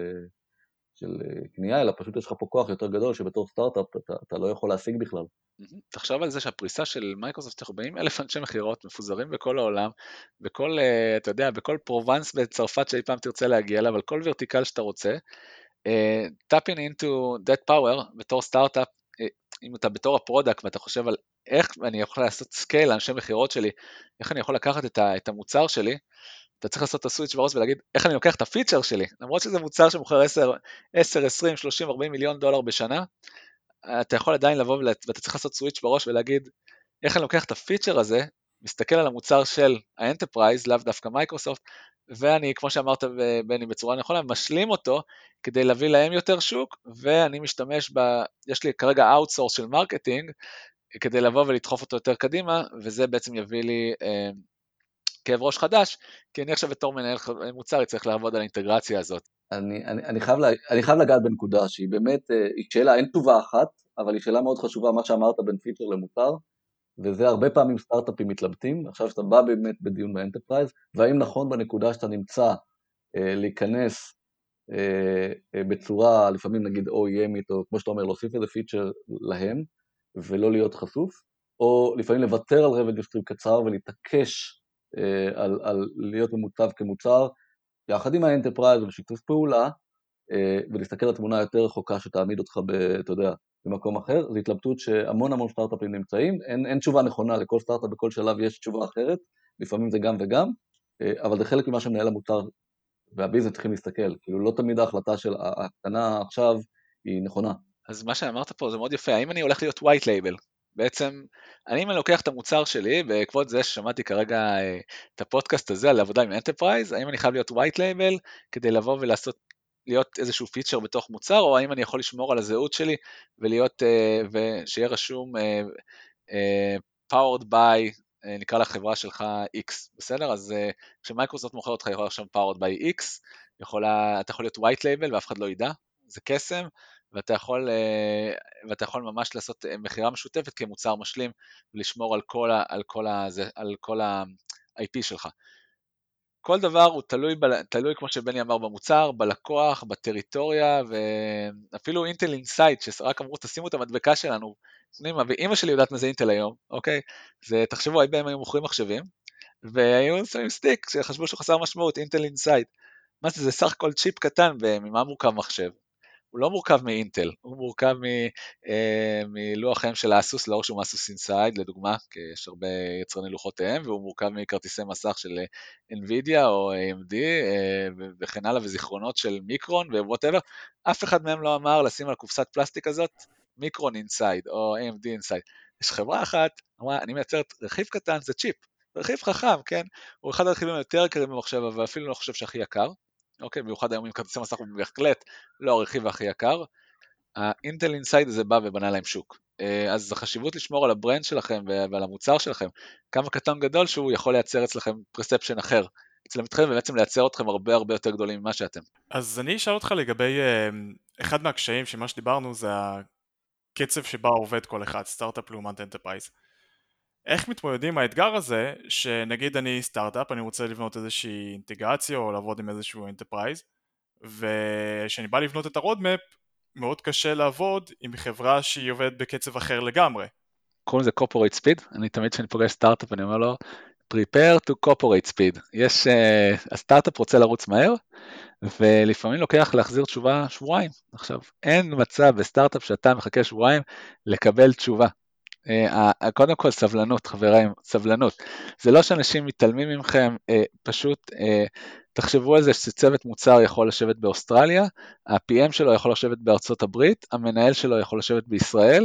של קנייה, אלא פשוט יש לך פה כוח יותר גדול שבתור סטארט-אפ אתה לא יכול להשיג בכלל. תחשוב על זה שהפריסה של מייקרוסופט, 40,000 אנשי מכירות מפוזרים בכל העולם, בכל, אתה יודע, בכל פרובנס בצרפת שאי פעם תרצה להגיע אליו, על כל ורטיקל שאתה רוצה, tapping into that power בתור סטארט-אפ, אם אתה בתור הפרודקט ואתה חושב על איך אני יכול לעשות סקייל לאנשי מכירות שלי, איך אני יכול לקחת את המוצר שלי, אתה צריך לעשות את הסוויץ' בראש ולהגיד איך אני לוקח את הפיצ'ר שלי, למרות שזה מוצר שמוכר 10, 20, 30, 40 מיליון דולר בשנה, אתה יכול עדיין לבוא ואתה צריך לעשות סוויץ' בראש ולהגיד איך אני לוקח את הפיצ'ר הזה, מסתכל על המוצר של האנטרפרייז, לאו דווקא מייקרוסופט, ואני, כמו שאמרת בני בצורה נכונה, משלים אותו כדי להביא להם יותר שוק, ואני משתמש יש לי כרגע אאוטסורס של מרקטינג, כדי לבוא ולדחוף אותו יותר קדימה, וזה בעצם יביא לי כאב ראש חדש, כי אני עכשיו בתור מנהל מוצר, צריך לעבוד על האינטגרציה הזאת. אני חייב לגעת בנקודה שהיא באמת, היא שאלה, אין תשובה אחת, אבל היא שאלה מאוד חשובה, מה שאמרת בין פיצ'ר למוצר, וזה הרבה פעמים סטארט-אפים מתלבטים, עכשיו שאתה בא באמת בדיון באנטרפרייז, והאם נכון בנקודה שאתה נמצא להיכנס בצורה, לפעמים נגיד OEMית, או כמו שאתה אומר, להוסיף איזה פיצ'ר להם, ולא להיות חשוף, או לפעמים לוותר על revenue stream קצר ולהתעקש על להיות ממוצב כמוצר, יחד עם האנטרפרייז ובשיתוף פעולה, ולהסתכל על תמונה יותר רחוקה שתעמיד אותך, אתה יודע, במקום אחר, זו התלבטות שהמון סטארט-אפים נמצאים, אין תשובה נכונה, לכל סטארט-אפ בכל שלב יש תשובה אחרת, לפעמים זה גם וגם, אבל זה חלק ממה שמנהל המוצר והביזנס צריכים להסתכל, כאילו לא תמיד ההחלטה של הקטנה עכשיו היא נכונה. אז מה שאמרת פה זה מאוד יפה, האם אני הולך להיות white label? בעצם, אני לוקח את המוצר שלי, בעקבות זה ששמעתי כרגע את הפודקאסט הזה על עבודה עם אנטרפרייז, האם אני חייב להיות white label כדי לבוא להיות איזשהו פיצ'ר בתוך מוצר, או האם אני יכול לשמור על הזהות שלי ושיהיה רשום powered by, נקרא לחברה שלך X, בסדר? אז כשמייקרוסופט מוכר אותך יכול לרשום powered by X, אתה יכול להיות white label ואף אחד לא ידע, זה קסם, ואתה יכול ממש לעשות מחירה משותפת כמוצר משלים, ולשמור על כל ה-IP שלך. כל דבר הוא תלוי כמו שבני אמר במוצר, בלקוח, בטריטוריה, ואפילו אינטל אינסייט, שרק אמרו תשימו את המדבקה שלנו פנימה, ואמא שלי יודעת מה זה אינטל היום, אוקיי? תחשבו, IBM היו מוכרים מחשבים, והיו שמים סטיק שחשבו שהוא חסר משמעות, אינטל אינסייט. מה זה סך הכל צ'יפ קטן, ממה מורכב מחשב? הוא לא מורכב מאינטל, הוא מורכב מלוח אם של אסוס, לא שהוא מאסוס אינסייד, לדוגמה, כי יש הרבה יצרני לוחות אם, והוא מורכב מכרטיסי מסך של NVIDIA או AMD, וכן הלאה, וזיכרונות של מיקרון ווואטאבר, אף אחד מהם לא אמר לשים על קופסת פלסטיק הזאת, מיקרון אינסייד או AMD אינסייד. יש חברה אחת, אמרה, אני מייצרת רכיב קטן, זה צ'יפ, רכיב חכם, כן? הוא אחד הרכיבים היותר יקרים במחשב, אבל אפילו לא חושב שהכי יקר. אוקיי, במיוחד היום עם כרטיסי מסך הוא בהחלט לא הרכיב הכי יקר. האינטל אינסייד הזה בא ובנה להם שוק. אז החשיבות לשמור על הברנד שלכם ועל המוצר שלכם, כמה קטן גדול שהוא יכול לייצר אצלכם פרספשן אחר, אצל המתחרים ובעצם לייצר אתכם הרבה הרבה יותר גדולים ממה שאתם. אז אני אשאל אותך לגבי אחד מהקשיים שמה שדיברנו זה הקצב שבה עובד כל אחד, סטארט-אפ לעומת אנטרפרייז. איך מתמודדים עם האתגר הזה, שנגיד אני סטארט-אפ, אני רוצה לבנות איזושהי אינטגרציה או לעבוד עם איזשהו אנטרפרייז, וכשאני בא לבנות את הרודמפ, מאוד קשה לעבוד עם חברה שהיא עובדת בקצב אחר לגמרי. קוראים לזה corporate speed, אני תמיד כשאני פוגש סטארט-אפ אני אומר לו, prepare to corporate speed, הסטארט-אפ רוצה לרוץ מהר, ולפעמים לוקח להחזיר תשובה שבועיים. עכשיו, אין מצב בסטארט-אפ שאתה מחכה שבועיים לקבל תשובה. קודם כל סבלנות, חברים, סבלנות. זה לא שאנשים מתעלמים ממכם, פשוט תחשבו על זה שצוות מוצר יכול לשבת באוסטרליה, ה-PM שלו יכול לשבת בארצות הברית, המנהל שלו יכול לשבת בישראל,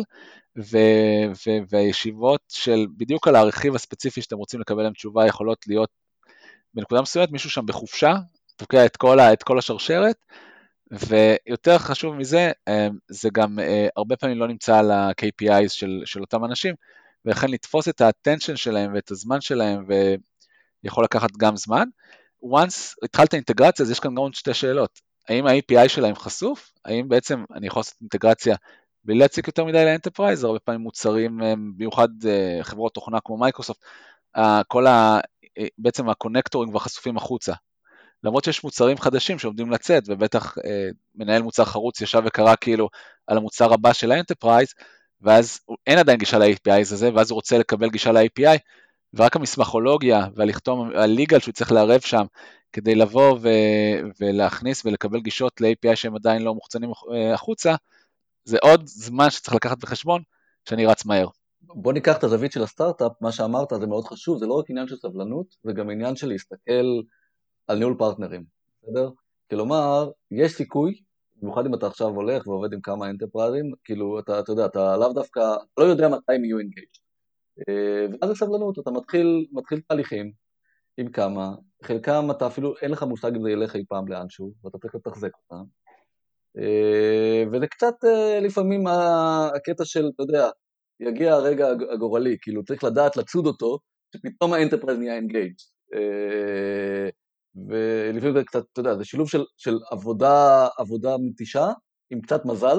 והישיבות של בדיוק על הרכיב הספציפי שאתם רוצים לקבל להם תשובה יכולות להיות בנקודה מסוימת, מישהו שם בחופשה, תוקע את כל השרשרת, ויותר חשוב מזה, זה גם הרבה פעמים לא נמצא על ה-KPIs של אותם אנשים, ולכן לתפוס את ה-attention שלהם ואת הזמן שלהם, ויכול לקחת גם זמן. once התחלת אינטגרציה, אז יש כאן גם שתי שאלות. האם ה-API שלהם חשוף? האם בעצם אני יכול לעשות אינטגרציה בלי להציג יותר מדי לאנטרפרייז? הרבה פעמים מוצרים, במיוחד חברות תוכנה כמו מייקרוסופט, בעצם הקונקטורים כבר חשופים החוצה. למרות שיש מוצרים חדשים שעומדים לצאת, ובטח מנהל מוצר חרוץ ישב וקרא כאילו על המוצר הבא של האנטרפרייז, ואז אין עדיין גישה ל-API הזה, ואז הוא רוצה לקבל גישה ל-API, ורק המסמכולוגיה והלכתום הליגל שהוא צריך לערב שם, כדי לבוא ולהכניס ולקבל גישות ל-API שהם עדיין לא מוחצנים החוצה, זה עוד זמן שצריך לקחת בחשבון, שאני רץ מהר. בוא ניקח את הזווית של הסטארט-אפ, מה שאמרת זה מאוד חשוב, זה לא רק עניין של סבלנות, זה גם עניין של להסתכל על ניהול פרטנרים, בסדר? כלומר, יש סיכוי, במיוחד אם אתה עכשיו הולך ועובד עם כמה אנטרפרייזים, כאילו, אתה יודע, אתה לאו דווקא, לא יודע מתי הם יהיו engaged. ואז זה סבלנות, אתה מתחיל תהליכים עם כמה, חלקם אתה אפילו, אין לך מושג אם זה ילך אי פעם לאנשהו, ואתה צריך לתחזק אותם. וזה קצת לפעמים הקטע של, אתה יודע, יגיע הרגע הגורלי, כאילו צריך לדעת לצוד אותו, שפתאום האנטרפרייז נהיה engaged. ולפעמים זה קצת, אתה יודע, זה שילוב של עבודה מתישה, עם קצת מזל,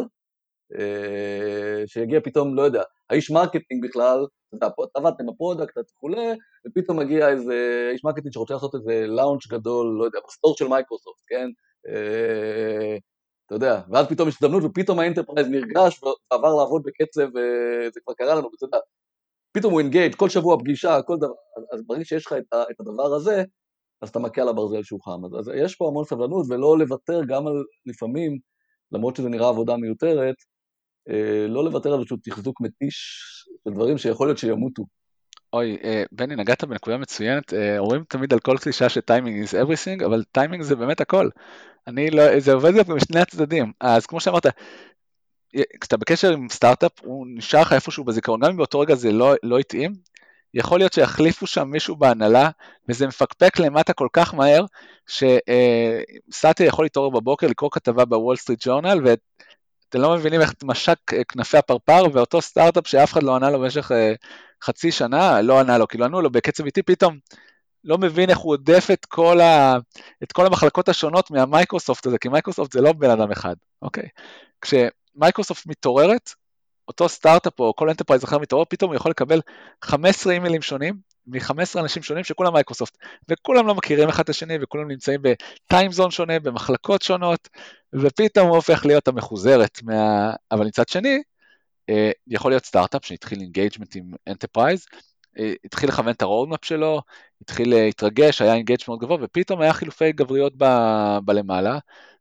שיגיע פתאום, לא יודע, האיש מרקטינג בכלל, עבדתם בפרודקט וכולי, ופתאום מגיע איזה איש מרקטינג שרוצה לעשות איזה לאונץ' גדול, לא יודע, בסטור של מייקרוסופט, כן? אתה יודע, ואז פתאום יש הזדמנות, ופתאום האנטרפרייז נרגש, ועבר לעבוד בקצב, וזה כבר קרה לנו, ואתה יודע, פתאום הוא אינגייג', כל שבוע פגישה, כל דבר, אז ברגע שיש לך את הדבר הזה, אז אתה מכה על הברזל שהוא חם. אז יש פה המון סבלנות, ולא לוותר גם על לפעמים, למרות שזה נראה עבודה מיותרת, לא לוותר על איזשהו תחזוק מתיש של דברים שיכול להיות שימותו. אוי, בני, נגעת בנקודה מצוינת, אומרים תמיד על כל קלישה שטיימינג is everything, אבל טיימינג זה באמת הכל. זה עובד גם בשני הצדדים. אז כמו שאמרת, כשאתה בקשר עם סטארט-אפ, הוא נשאר לך איפשהו בזיכרון, גם אם באותו רגע זה לא התאים, יכול להיות שיחליפו שם מישהו בהנהלה, וזה מפקפק למטה כל כך מהר, שסאטיה יכול להתעורר בבוקר, לקרוא כתבה בוול סטריט ג'ורנל, ואתם לא מבינים איך משק כנפי הפרפר, ואותו סטארט-אפ שאף אחד לא ענה לו במשך חצי שנה, לא ענה לו, כאילו ענו לו בקצב איתי, פתאום לא מבין איך הוא עודף את כל המחלקות השונות מהמייקרוסופט הזה, כי מייקרוסופט זה לא בן אדם אחד, אוקיי? כשמייקרוסופט מתעוררת, אותו סטארט-אפ או כל אנטרפרייז אחר מתעורר, פתאום הוא יכול לקבל 15 אימיילים שונים, מ-15 אנשים שונים שכולם מייקרוסופט, וכולם לא מכירים אחד את השני, וכולם נמצאים בטיימזון שונה, במחלקות שונות, ופתאום הוא הופך להיות המחוזרת, אבל מצד שני, יכול להיות סטארט-אפ שהתחיל אינגייג'מנט עם אנטרפרייז, התחיל לכוון את הרודמפ שלו, התחיל להתרגש, היה אינגייג' מאוד גבוה, ופתאום היה חילופי גבריות בלמעלה,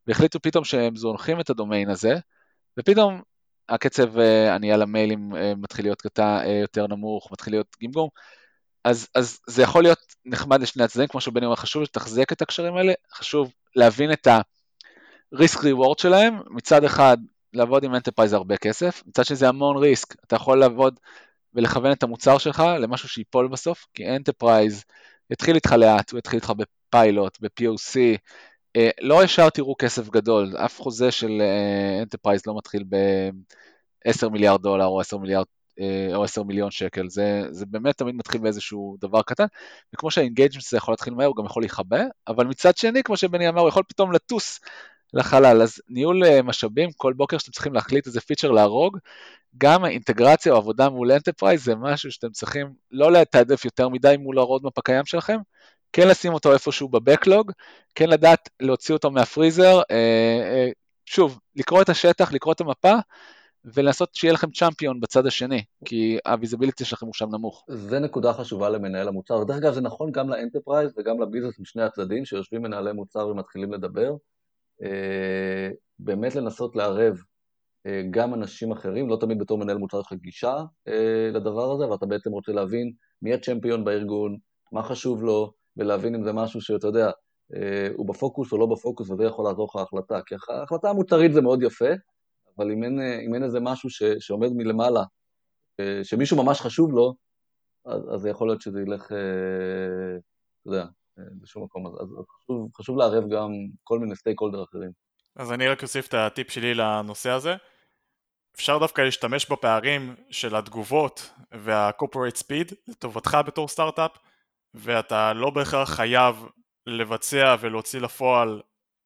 והחליטו פתאום שהם זונחים את הדומיין הזה, ופתאום הקצב ענייה למיילים מתחיל להיות יותר נמוך, מתחיל להיות גמגום, אז זה יכול להיות נחמד לשני הצדדים, כמו שבני אומר, חשוב לתחזק את הקשרים האלה, חשוב להבין את ה-risk reward שלהם, מצד אחד לעבוד עם אנטרפרייז הרבה כסף, מצד שזה המון ריסק, אתה יכול לעבוד ולכוון את המוצר שלך למשהו שיפול בסוף, כי אנטרפרייז יתחיל איתך לאט, הוא יתחיל איתך בפיילוט, ב-POC, לא ישר תראו כסף גדול, אף חוזה של אנטרפרייז לא מתחיל ב-10 מיליארד דולר או 10 מיליארד או 10 מיליון שקל, זה באמת תמיד מתחיל באיזשהו דבר קטן, וכמו שהאינגייג'מנט זה יכול להתחיל מהר, הוא גם יכול להיחבא, אבל מצד שני, כמו שבני אמר, הוא יכול פתאום לטוס לחלל, אז ניהול משאבים, כל בוקר שאתם צריכים להחליט איזה פיצ'ר להרוג, גם האינטגרציה או עבודה מול אנטרפרייז זה משהו שאתם צריכים לא לתעדף יותר מדי מול הרודמפ הקיים שלכם, כן לשים אותו איפשהו בבקלוג, כן לדעת להוציא אותו מהפריזר, שוב, לקרוא את השטח, לקרוא את המפה, ולנסות שיהיה לכם צ'אמפיון בצד השני, כי הוויזיביליטי שלכם הוא שם נמוך. זה נקודה חשובה למנהל המוצר. דרך אגב, זה נכון גם לאנטרפרייז וגם לביזנס משני הצדדים, שיושבים מנהלי מוצר ומתחילים לדבר. באמת לנסות לערב גם אנשים אחרים, לא תמיד בתור מנהל מוצר יש לך גישה לדבר הזה, ואתה בעצם רוצה להבין מי הצ'מפיון בארגון, מה חשוב לו, ולהבין אם זה משהו שאתה יודע, הוא בפוקוס או לא בפוקוס, וזה יכול לעזור לך ההחלטה. כי ההחלטה המוצרית זה מאוד יפה, אבל אם אין איזה משהו שעומד מלמעלה, שמישהו ממש חשוב לו, אז זה יכול להיות שזה ילך, אתה יודע, בשום מקום. אז חשוב לערב גם כל מיני סטייק הולדר אחרים. אז אני רק אוסיף את הטיפ שלי לנושא הזה. אפשר דווקא להשתמש בפערים של התגובות וה-corporate speed לטובתך בתור סטארט-אפ, ואתה לא בהכרח חייב לבצע ולהוציא לפועל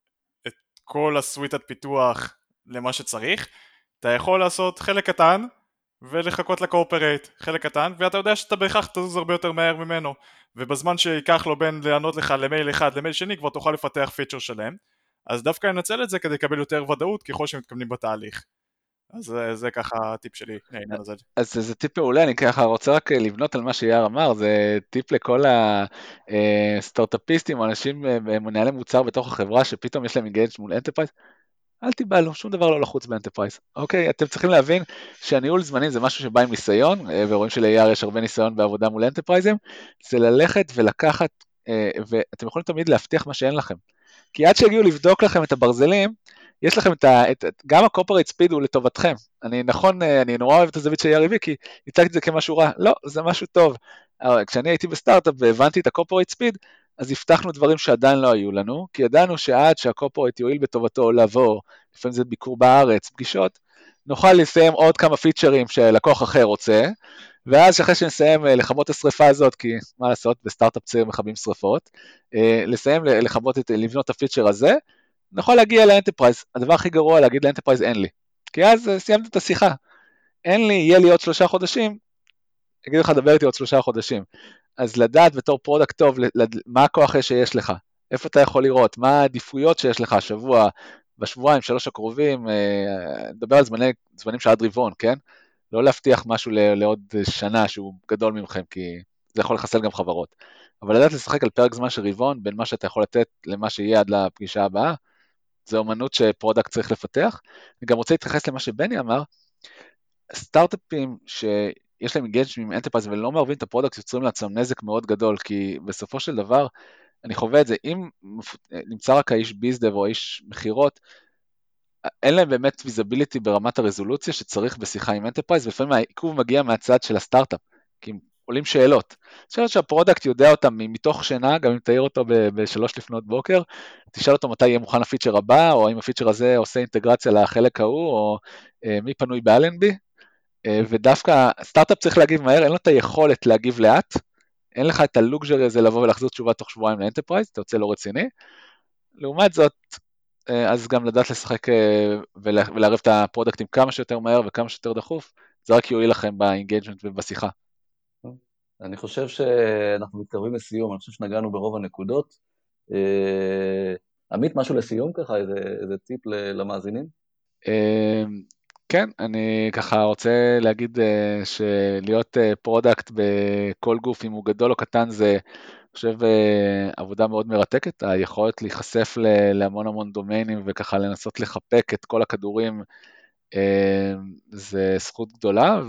את כל הסוויטת פיתוח למה שצריך. אתה יכול לעשות חלק קטן ולחכות לקורפרייט, חלק קטן, ואתה יודע שאתה בהכרח תזוז הרבה יותר מהר ממנו, ובזמן שיקח לו בין לענות לך למייל אחד למייל שני כבר תוכל לפתח פיצ'ר שלם. אז דווקא ננצל את זה כדי לקבל יותר ודאות ככל שמתכוונים בתהליך. אז זה ככה הטיפ שלי לעניין הזה. אז זה טיפ מעולה, אני ככה רוצה רק לבנות על מה שיאר אמר, זה טיפ לכל הסטארט-אפיסטים או אנשים מנהלי מוצר בתוך החברה שפתאום יש להם אינגייג' מול אנטרפרייז, אל תיבהלו, שום דבר לא לחוץ באנטרפרייז, אוקיי? אתם צריכים להבין שהניהול זמנים זה משהו שבא עם ניסיון, ורואים של-AR יש הרבה ניסיון בעבודה מול אנטרפרייזים, זה ללכת ולקחת, ואתם יכולים תמיד להבטיח מה שאין לכם. כי עד שהגיעו לבדוק לכם את הברזלים, יש לכם גם ה-corporate speed הוא לטובתכם. אני נורא אוהב את הזווית של יריבי, כי הצגתי את זה כמשהו רע. לא, זה משהו טוב. כשאני הייתי בסטארט-אפ והבנתי את ה-corporate speed, אז הבטחנו דברים שעדיין לא היו לנו, כי ידענו שעד שה-corporate יועיל בטובתו לעבור, לפעמים זה ביקור בארץ, פגישות, נוכל לסיים עוד כמה פיצ'רים שלקוח אחר רוצה, ואז שאחרי שנסיים לכבות את השריפה הזאת, כי מה לעשות, בסטארט-אפ צעיר מכבים שריפות, לסיים לבנות את הפיצ'ר הזה, נוכל להגיע לאנטרפרייז. הדבר הכי גרוע להגיד לאנטרפרייז אין לי, כי אז סיימת את השיחה. אין לי, יהיה לי עוד 3 חודשים, אגיד לך דבר איתי עוד 3 חודשים. אז לדעת בתור פרודקט טוב, מה הכוח שיש לך, איפה אתה יכול לראות, מה העדיפויות שיש לך השבוע, בשבועיים, 3 הקרובים, נדבר על זמנים שעד רבעון, כן? לא להבטיח משהו לעוד שנה שהוא גדול ממכם, כי זה יכול לחסל גם חברות. אבל לדעת לשחק על פרק זמן של רבעון, בין מה שאתה יכול לתת למה שיהיה עד לפגישה הבאה, זו אומנות שפרודקט צריך לפתח. אני גם רוצה להתייחס למה שבני אמר, סטארט-אפים שיש להם אינגייג' עם אנטרפרייז ולא מערבים את הפרודקט, יוצרים לעצמם נזק מאוד גדול, כי בסופו של דבר, אני חווה את זה, אם נמצא רק האיש ביזדב או האיש מחירות, אין להם באמת ויזביליטי ברמת הרזולוציה שצריך בשיחה עם אנטרפרייז, ולפעמים העיכוב מגיע מהצד של הסטארט-אפ, כי עולים שאלות שהפרודקט יודע אותם מתוך שינה, גם אם תאיר אותו ב3 לפנות בוקר, תשאל אותו מתי יהיה מוכן הפיצ'ר הבא, או האם הפיצ'ר הזה עושה אינטגרציה לחלק ההוא, או מי פנוי באלנבי, ודווקא סטארט-אפ צריך להגיב מהר, אין לו את היכולת להגיב לאט, אין לך את הלוגז'רי הזה לבוא ולחזור תשובה תוך שבועיים לאנטרפרייז, אתה יוצא לא רציני, לעומת זאת, אז גם לדעת לשחק ולערב את הפרודקטים כמה שיותר מהר וכמה שיותר דחוף, זה רק יועיל לכם באינגייג'מנט ובשיחה. אני חושב שאנחנו מתקרבים לסיום, אני חושב שנגענו ברוב הנקודות. עמית, משהו לסיום ככה, איזה טיפ למאזינים? כן, אני ככה רוצה להגיד שלהיות פרודקט בכל גוף, אם הוא גדול או קטן, זה חושב עבודה מאוד מרתקת, היכולת להיחשף להמון המון דומיינים וככה לנסות לחפק את כל הכדורים, זה זכות גדולה,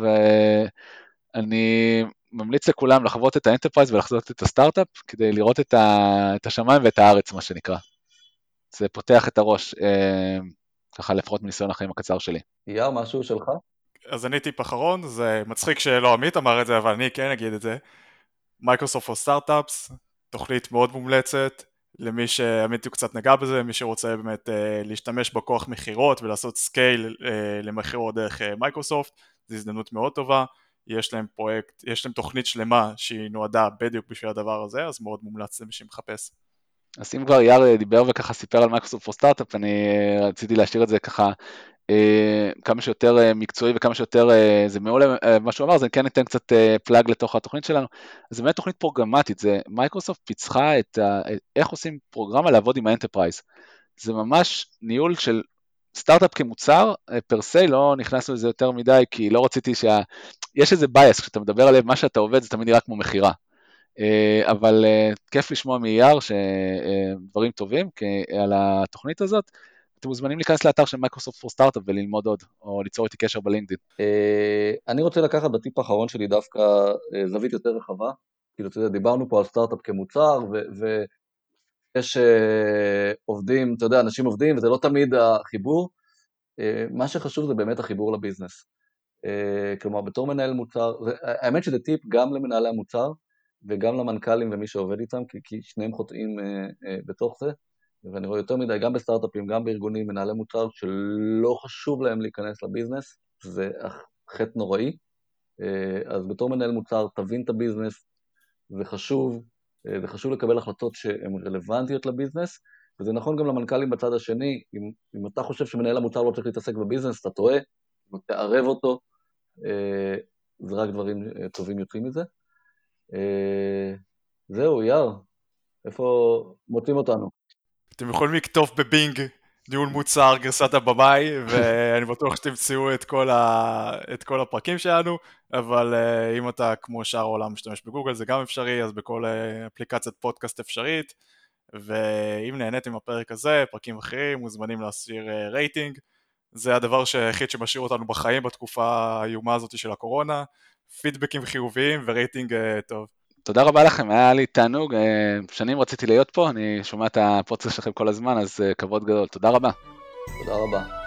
ואני ממליץ לכולם לחוות את האנטרפרייז ולחזות את הסטארט-אפ, כדי לראות את השמיים ואת הארץ, מה שנקרא. זה פותח את הראש, ככה לפחות מניסיון החיים הקצר שלי. אייר, משהו שלך? אז אני טיפ אחרון, זה מצחיק שלא עמית אמר את זה, אבל אני כן אגיד את זה. מייקרוסופט פור סטארט-אפס, תוכנית מאוד מומלצת, למי שעמית קצת נגע בזה, מי שרוצה באמת להשתמש בכוח מחירות ולעשות סקייל למחירות דרך מייקרוסופט, זו הזדמנות מאוד טובה, יש להם פרויקט, יש להם תוכנית שלמה שהיא נועדה בדיוק בשביל הדבר הזה, אז מאוד מומלץ למי שמחפש. אז אם כבר יאר דיבר וככה סיפר על מייקרוסופט פור סטארט-אפ, אני רציתי להשאיר את זה ככה כמה שיותר מקצועי וכמה שיותר, זה מעולה מה שהוא אמר, אז אני כן אתן קצת פלאג לתוך התוכנית שלנו. אז זה באמת תוכנית פרוגרמטית, זה מייקרוסופט פיצחה איך עושים פרוגרמה לעבוד עם האנטרפרייז. זה ממש ניהול של סטארט-אפ כמוצר, פר סי, לא נכנסנו לזה יותר מדי, כי לא רציתי יש איזה בייס, כשאתה מדבר עליהם, מה שאתה עובד זה תמיד נראה כמו מחירה. אבל כיף לשמוע מאייר שדברים טובים על התוכנית הזאת. אתם מוזמנים להיכנס לאתר של מייקרוסופט פור סטארט-אפ וללמוד עוד, או ליצור איתי קשר בלינקדאין. אני רוצה לקחת בטיפ האחרון שלי דווקא זווית יותר רחבה, כאילו דיברנו פה על סטארט-אפ כמוצר, ויש עובדים, אתה יודע, אנשים עובדים, וזה לא תמיד החיבור, מה שחשוב זה באמת החיבור לביזנס. כלומר, בתור מנהל מוצר, האמת שזה טיפ גם למנהלי המוצר, וגם למנכ"לים ומי שעובד איתם, כי שניהם חוטאים בתוך זה, ואני רואה יותר מדי, גם בסטארט-אפים, גם בארגונים, מנהלי מוצר, שלא חשוב להם להיכנס לביזנס, זה חטא נוראי. אז בתור מנהל מוצר, תבין את הביזנס, זה חשוב לקבל החלטות שהן רלוונטיות לביזנס, וזה נכון גם למנכ"לים בצד השני, אם אתה חושב שמנהל המוצר לא צריך להתעסק בביזנס, אתה טועה, תערב אותו, זה רק דברים טובים יוצאים מזה. זהו, יאר, איפה מוצאים אותנו? אתם יכולים לכתוב בבינג ניהול מוצר גרסת הבמאי, ואני בטוח שתמצאו את כל הפרקים שלנו, אבל אם אתה כמו שאר העולם משתמש בגוגל זה גם אפשרי, אז בכל אפליקציית פודקאסט אפשרית, ואם נהניתם מהפרק הזה, פרקים אחרים, מוזמנים להסיר רייטינג, זה הדבר שהיחיד שמשאיר אותנו בחיים בתקופה האיומה הזאת של הקורונה, פידבקים חיוביים ורייטינג טוב. תודה רבה לכם, היה לי תענוג, שנים רציתי להיות פה, אני שומע את הפודקאסט שלכם כל הזמן, אז כבוד גדול, תודה רבה. תודה רבה.